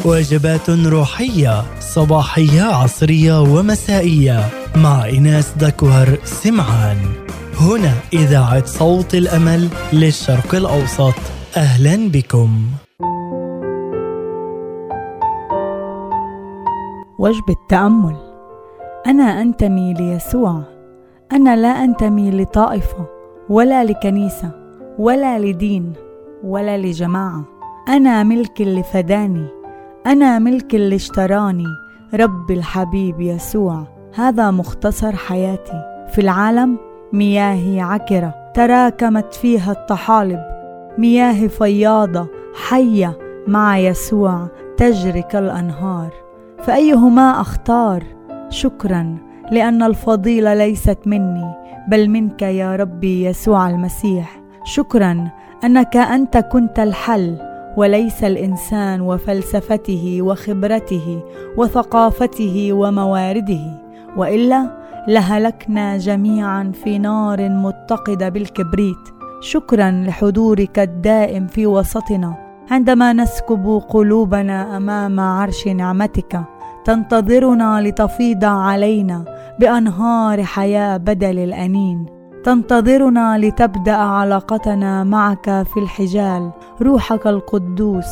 وجبات روحية صباحية عصرية ومسائية مع إيناس دكوهر سمعان، هنا إذاعة صوت الأمل للشرق الأوسط. أهلا بكم. وجبة تأمل. أنا أنتمي ليسوع، أنا لا أنتمي لطائفة ولا لكنيسة ولا لدين ولا لجماعة. أنا ملك اللي فداني، أنا ملك اللي اشتراني، رب الحبيب يسوع. هذا مختصر حياتي. في العالم مياه عكرة تراكمت فيها الطحالب، مياه فياضة حية مع يسوع تجري كالأنهار. فأيهما أختار؟ شكرا لأن الفضيلة ليست مني بل منك يا ربي يسوع المسيح. شكرا أنك أنت كنت الحل وليس الإنسان وفلسفته وخبرته وثقافته وموارده، وإلا لهلكنا جميعا في نار متقدة بالكبريت. شكرا لحضورك الدائم في وسطنا عندما نسكب قلوبنا أمام عرش نعمتك، تنتظرنا لتفيض علينا بأنهار حياة بدل الأنين، تنتظرنا لتبدأ علاقتنا معك في الحجال. روحك القدوس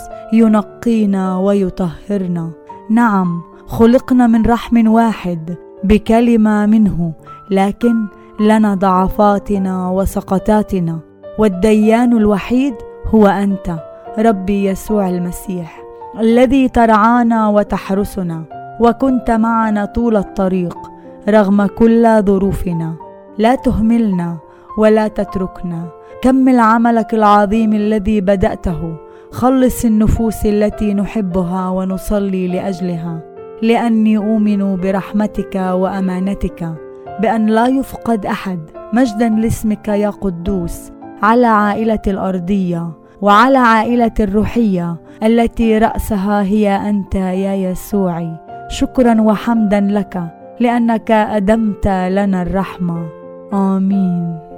ينقينا ويطهرنا. نعم، خلقنا من رحم واحد بكلمة منه، لكن لنا ضعفاتنا وسقطاتنا، والديان الوحيد هو أنت ربي يسوع المسيح الذي ترعانا وتحرسنا، وكنت معنا طول الطريق رغم كل ظروفنا. لا تهملنا ولا تتركنا، كمل عملك العظيم الذي بدأته. خلص النفوس التي نحبها ونصلي لأجلها، لأني أؤمن برحمتك وأمانتك بأن لا يفقد أحد. مجدا لاسمك يا قدوس على عائلة الأرضية وعلى عائلة الروحية التي رأسها هي أنت يا يسوعي. شكرا وحمدا لك لأنك أدمت لنا الرحمة. آمين.